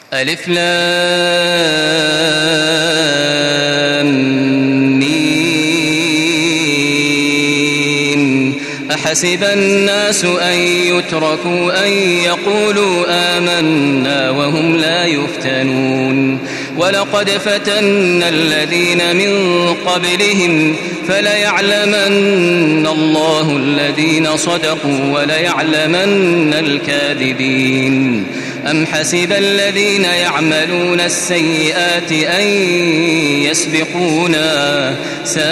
ألف لام ميم. أحسب الناس أن يتركوا أن يقولوا آمنا وهم لا يفتنون ولقد فتنا الذين من قبلهم فليعلمن الله الذين صدقوا وليعلمن الكاذبين. أم حسب الذين يعملون السيئات أن يسبقونا ساء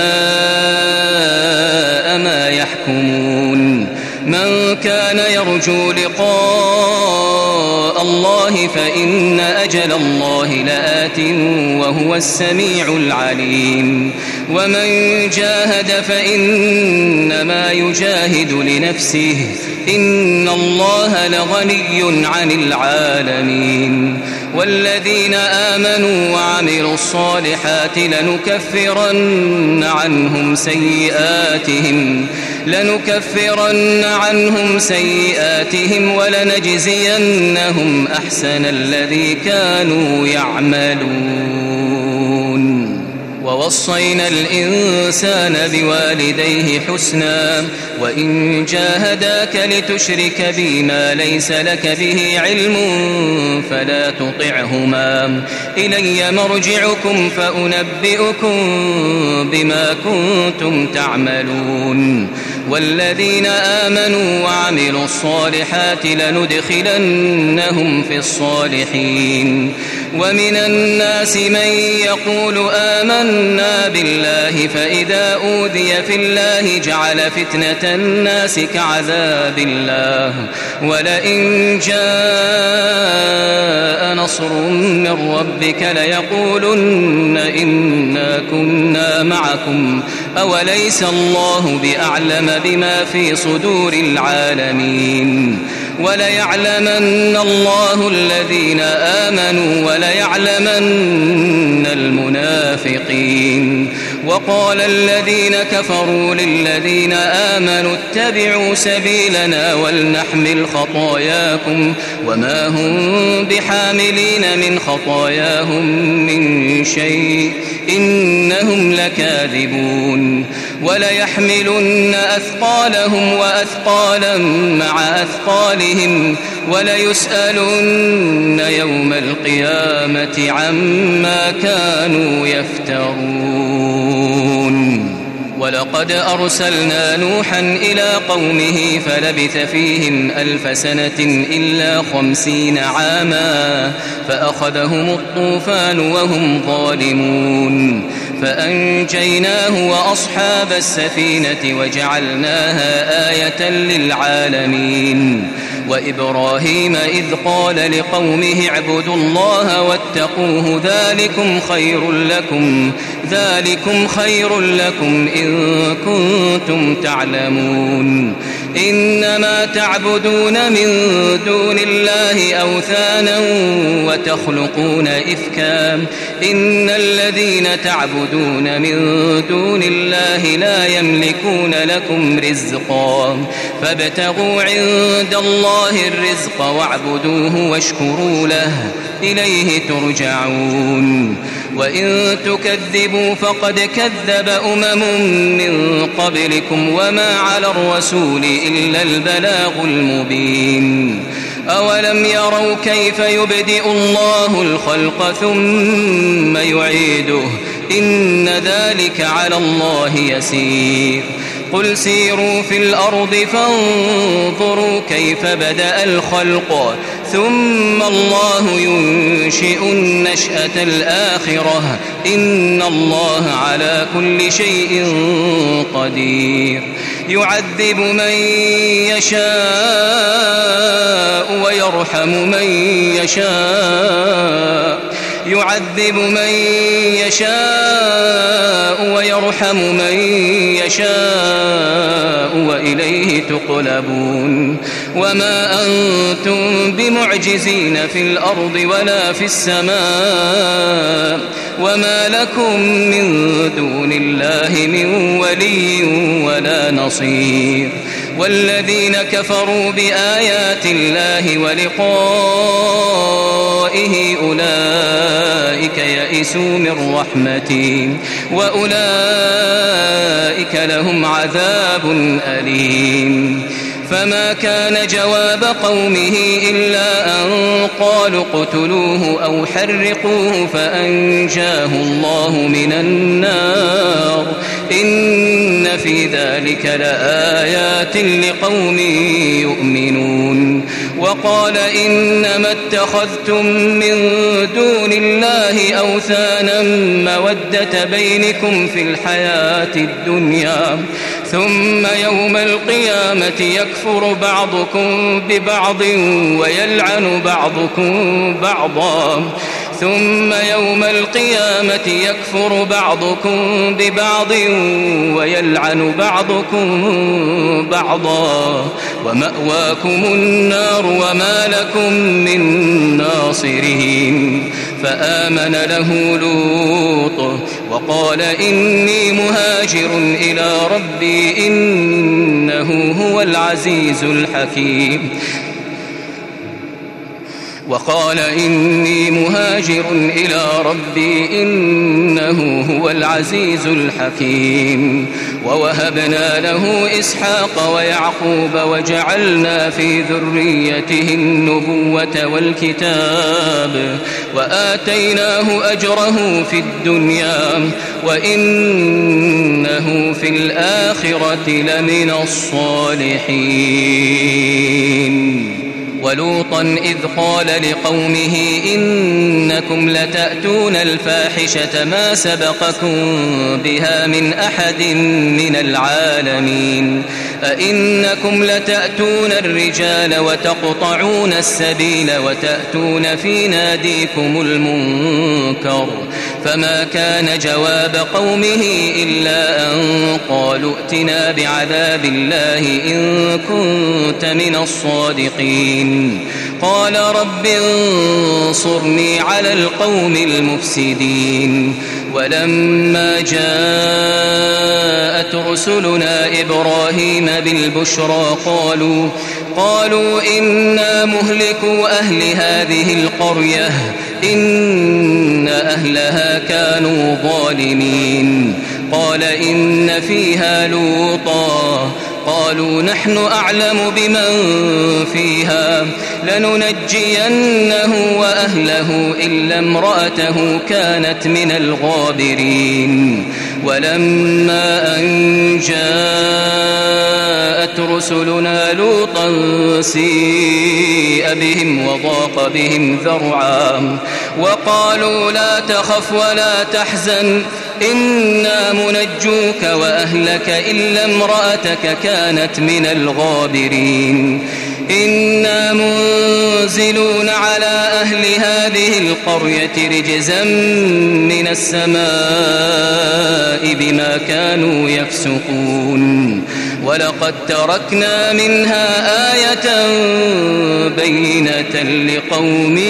ما يحكمون. من كان يرجو لقاء الله فإن أجل الله لآت وهو السميع العليم. ومن جاهد فإنما يجاهد لنفسه إن الله لغني عن العالمين. والذين آمنوا وعملوا الصالحات لنكفرن عنهم سيئاتهم ولنجزينهم أحسن الذي كانوا يعملون. ووصينا الإنسان بوالديه حسنا وإن جاهداك لتشرك بي ما ليس لك به علم فلا تطعهما إلي مرجعكم فأنبئكم بما كنتم تعملون. والذين آمنوا وعملوا الصالحات لندخلنهم في الصالحين. ومن الناس من يقول آمنا بالله فإذا أوذي في الله جعل فتنة الناس كعذاب الله ولئن جاء نصر من ربك ليقولن إنا كنا معكم أوليس الله بأعلم بما في صدور العالمين. وليعلمن الله الذين آمنوا وليعلمن المنافقين. وقال الذين كفروا للذين آمنوا اتبعوا سبيلنا ولنحمل خطاياكم وما هم بحاملين من خطاياهم من شيء إنهم لكاذبون. وليحملن أثقالهم وأثقالا مع أثقالهم وليسألن يوم القيامة عما كانوا يفترون. ولقد أرسلنا نوحا إلى قومه فلبث فيهم 1000 سنة إلا 50 عاما فأخذهم الطوفان وهم ظالمون فأنجيناه وأصحاب السفينة وجعلناها آية للعالمين. وإبراهيم إذ قال لقومه اعبدوا الله واتقوه ذلكم خير لكم إن كنتم تعلمون. إنما تعبدون من دون الله أوثانا وتخلقون إفكا إن الذين تعبدون من دون الله لا يملكون لكم رزقا فابتغوا عند الله الرزق واعبدوه واشكروا له إليه ترجعون. وإن تكذبوا فقد كذب من قبلكم وما على الرسول إلا البلاغ المبين. أولم يروا كيف يبدئ الله الخلق ثم يعيده إن ذلك على الله يسير. قل سيروا في الأرض فانظروا كيف بدأ الخلق ثم الله ينشئ النشأة الآخرة إن الله على كل شيء قدير. يعذب من يشاء ويرحم من يشاء وإليه تقلبون. وما أنتم بمعجزين في الأرض ولا في السماء وما لكم من دون الله من ولي ولا نصير. والذين كفروا بآيات الله ولقائه ورائه أولئك يئسوا من رحمتي وأولئك لهم عذاب أليم. فما كان جواب قومه إلا أن قالوا اقتلوه أو حرقوه فأنجاه الله من النار إن في ذلك لآيات لقوم يؤمنون. وقال إنما اتخذتم من دون الله أوثانا مودة بينكم في الحياة الدنيا ثم يوم القيامة يكفر بعضكم ببعض ويلعن بعضكم بعضا ثم يوم القيامة يكفر بعضكم ببعض ويلعن بعضكم بعضا ومأواكم النار وما لكم من ناصرين. فآمن له لوط وقال إني مهاجر إلى ربي إنه هو العزيز الحكيم. وقال إني مهاجر إلى ربي إنه هو العزيز الحكيم. ووهبنا له إسحاق ويعقوب وجعلنا في ذريته النبوة والكتاب وآتيناه أجره في الدنيا وإنه في الآخرة لمن الصالحين. ولوطا إذ قال لقومه إنكم لتأتون الفاحشة ما سبقكم بها من أحد من العالمين أئنكم لتأتون الرجال وتقطعون السبيل وتأتون في ناديكم المنكر. فما كان جواب قومه إلا أن قالوا ائتنا بعذاب الله إن كنت من الصادقين. قال رب انصرني على القوم المفسدين. ولما جاءت رسلنا إبراهيم بالبشرى قالوا إنا مهلكو أهل هذه القرية إن أهلها كانوا ظالمين. قال إن فيها لوطا قالوا نحن أعلم بمن فيها لننجينه وأهله إلا امرأته كانت من الغابرين. ولما أن جاءت رسلنا لوطا سيء بهم وضاق بهم ذرعا وقالوا لا تخف ولا تحزن إنا منجوك وأهلك إلا امرأتك كانت من الغابرين. إنا منزلون على أهل هذه القرية رجزا من السماء بما كانوا يفسقون. ولقد تركنا منها آية بينة لقوم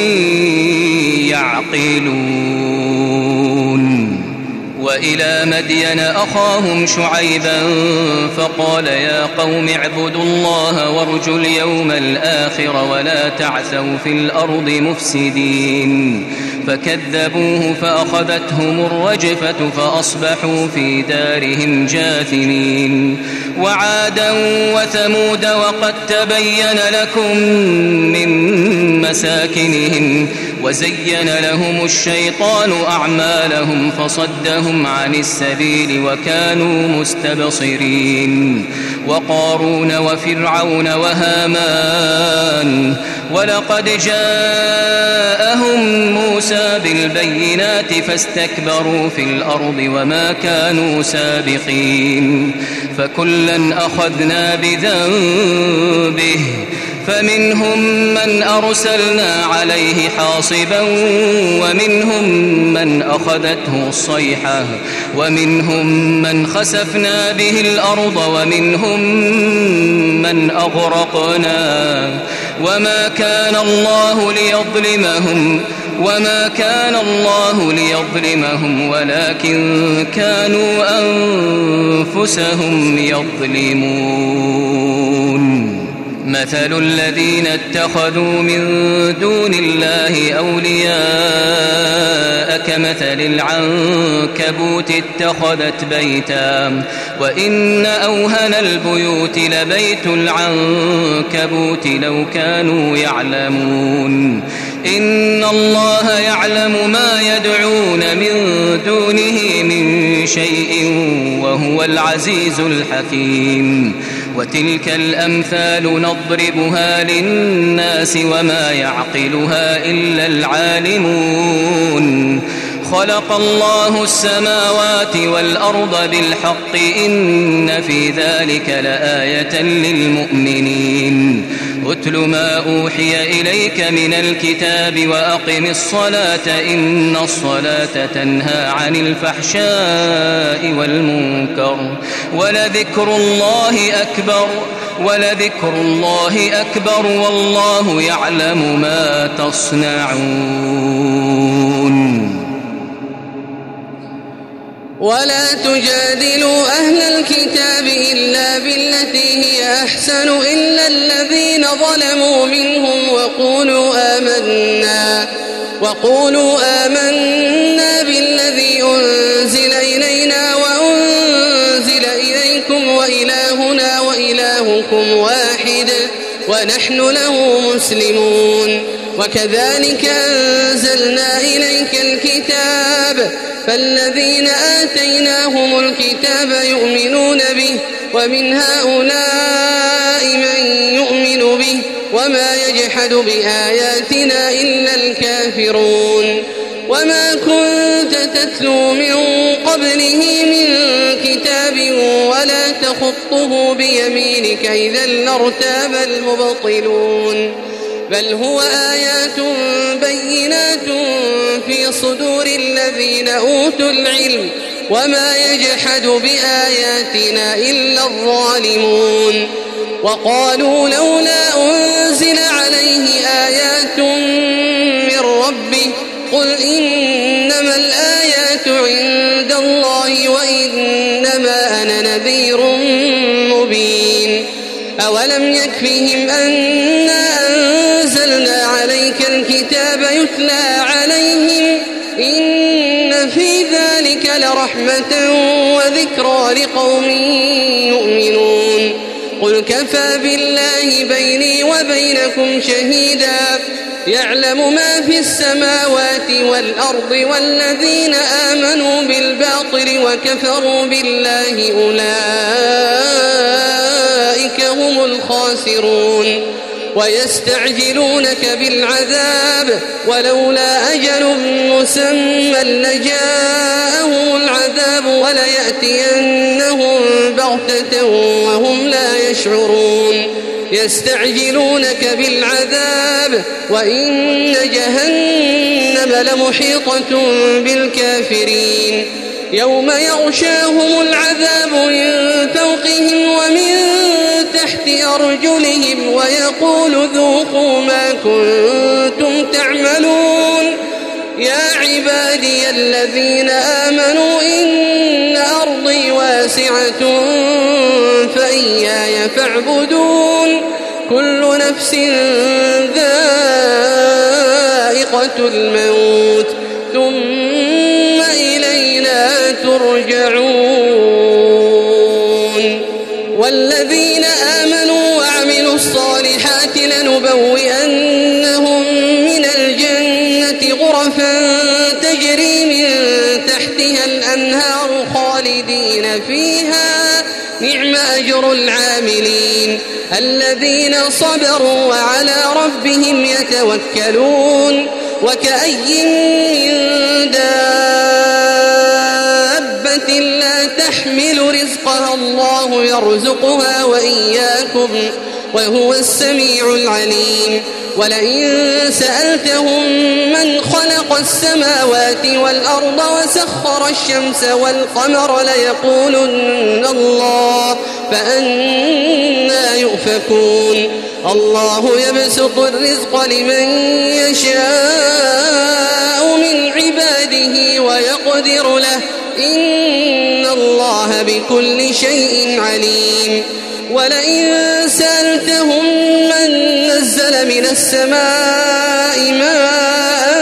يعقلون. وإلى مدين أخاهم شعيبا فقال يا قوم اعبدوا الله وارجوا اليوم الآخر ولا تعثوا في الأرض مفسدين. فكذبوه فأخذتهم الرجفة فأصبحوا في دارهم جاثمين. وعادا وثمود وقد تبين لكم من مساكنهم وزين لهم الشيطان أعمالهم فصدهم عن السبيل وكانوا مستبصرين. وقارون وفرعون وهامان ولقد جاءهم موسى بالبينات فاستكبروا في الأرض وما كانوا سابقين. فكلا أخذنا بذنبه فمنهم من أرسلنا عليه حاصبا ومنهم من أخذته الصيحة ومنهم من خسفنا به الأرض ومنهم من أغرقنا وما كان الله ليظلمهم ولكن كانوا أنفسهم يظلمون. مثل الذين اتخذوا من دون الله أولياء كمثل العنكبوت اتخذت بيتا وإن أوهن البيوت لبيت العنكبوت لو كانوا يعلمون إن الله يعلم ما يدعون من دونه من شيء وهو العزيز الحكيم وتلك الأمثال نضربها للناس وما يعقلها إلا العالمون خلق الله السماوات والأرض بالحق إن في ذلك لآية للمؤمنين أتل ما أوحي إليك من الكتاب وأقم الصلاة إن الصلاة تنهى عن الفحشاء والمنكر ولذكر الله أكبر والله يعلم ما تصنعون ولا تجادلوا أهل الكتاب إلا بالتي هي أحسن إلا الذين ظلموا منهم وقولوا آمنا بالذي أنزل إلينا وأنزل إليكم وإلهنا وإلهكم واحد ونحن له مسلمون وكذلك أنزلنا إليك الكتاب فالذين آتيناهم الكتاب يؤمنون به ومن هؤلاء من يؤمن به وما يجحد بآياتنا إلا الكافرون وما كنت تتلو من قبله من كتاب ولا تخطه بيمينك إذا لارتاب المبطلون بل هو آيات بينات في صدور الذين أوتوا العلم وما يجحد بآياتنا إلا الظالمون وقالوا لولا أنزل عليه آيات من ربه قل إنما الآيات عند الله وإنما أنا نذير مبين أولم يكفهم أنا أنزلنا عليك الكتاب يتلى عليهم إن في ذلك لرحمة وذكرى لقوم يؤمنون قل كفى بالله بيني وبينكم شهيدا يعلم ما في السماوات والأرض والذين آمنوا بالباطل وكفروا بالله أولئك هم الخاسرون ويستعجلونك بالعذاب ولولا أجل مسمى لجاءهم العذاب وليأتينهم بغتة وهم لا يشعرون يستعجلونك بالعذاب وإن جهنم لمحيطة بالكافرين يوم يغشاهم العذاب من فوقهم ومن تحت أرجلهم ويقول ذوقوا ما كنتم تعملون يا عبادي الذين آمنوا إن أرضي واسعة فإياي فاعبدون كل نفس ذائقة الموت ثم إلينا ترجعون والذين آمنوا وعملوا الصالحات لنبوئنهم من الجنة غرفا تجري من تحتها الأنهار خالدين فيها نعم أجر العاملين الذين صبروا وعلى ربهم يتوكلون وكأي من دابة لا تحمل رزقها الله يرزقها وإياكم وهو السميع العليم ولئن سألتهم من خلق السماوات والأرض وسخر الشمس والقمر ليقولن الله فأنى يؤفكون الله يبسط الرزق لمن يشاء من عباده ويقدر له إن الله بكل شيء عليم ولئن سألتهم من السماء ماء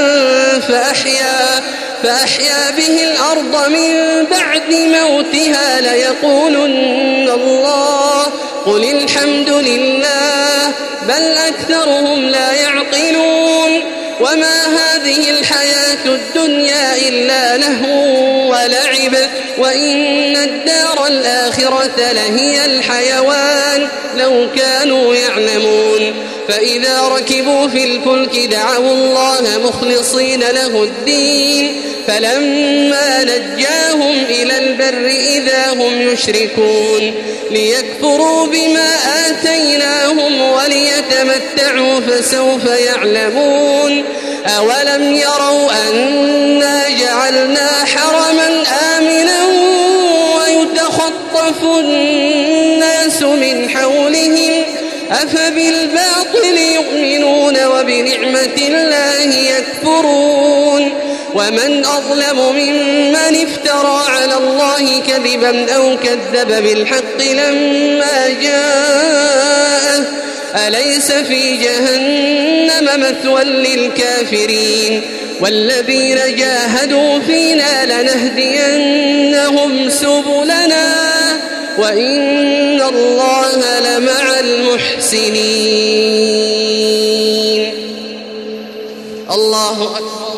فأحيا به الأرض من بعد موتها ليقولن الله قل الحمد لله بل أكثرهم لا يعقلون وما هذه الحياة الدنيا إلا لهو ولعب وإن الدار الآخرة لهي الحيوان لو كانوا يعلمون فإذا ركبوا في الفلك دعوا الله مخلصين له الدين فلما نجاهم إلى البر إذا هم يشركون ليكفروا بما آتيناهم وليتمتعوا فسوف يعلمون أولم يروا أنا جعلنا حرما آمنا ويتخطف الناس من حولهم أفبالباطل يؤمنون وبنعمة الله يكفرون ومن أظلم ممن افترى على الله كذبا أو كذب بالحق لما جاءه أليس في جهنم مثوى للكافرين والذين جاهدوا فينا لنهدينهم سبلنا وإن الله لمع المحسنين الله أكبر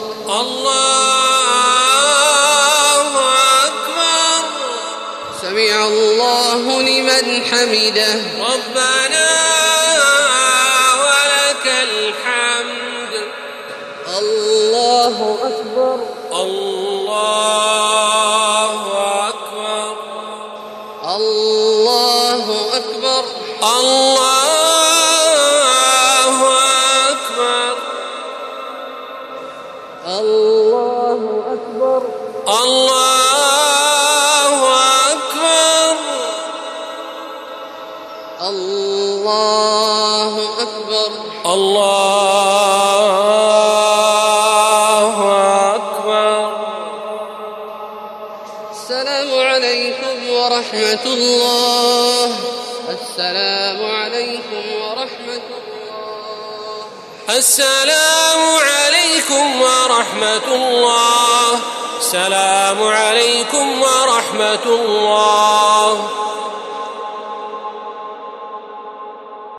الله أكبر سمع الله لمن حمده ربنا ولك الحمد الله أكبر الله أكبر الله أكبر الله أكبر الله أكبر الله أكبر الله أكبر الله أكبر السلام عليكم ورحمة الله السلام عليكم ورحمة الله السلام عليكم ورحمة الله السلام عليكم ورحمة الله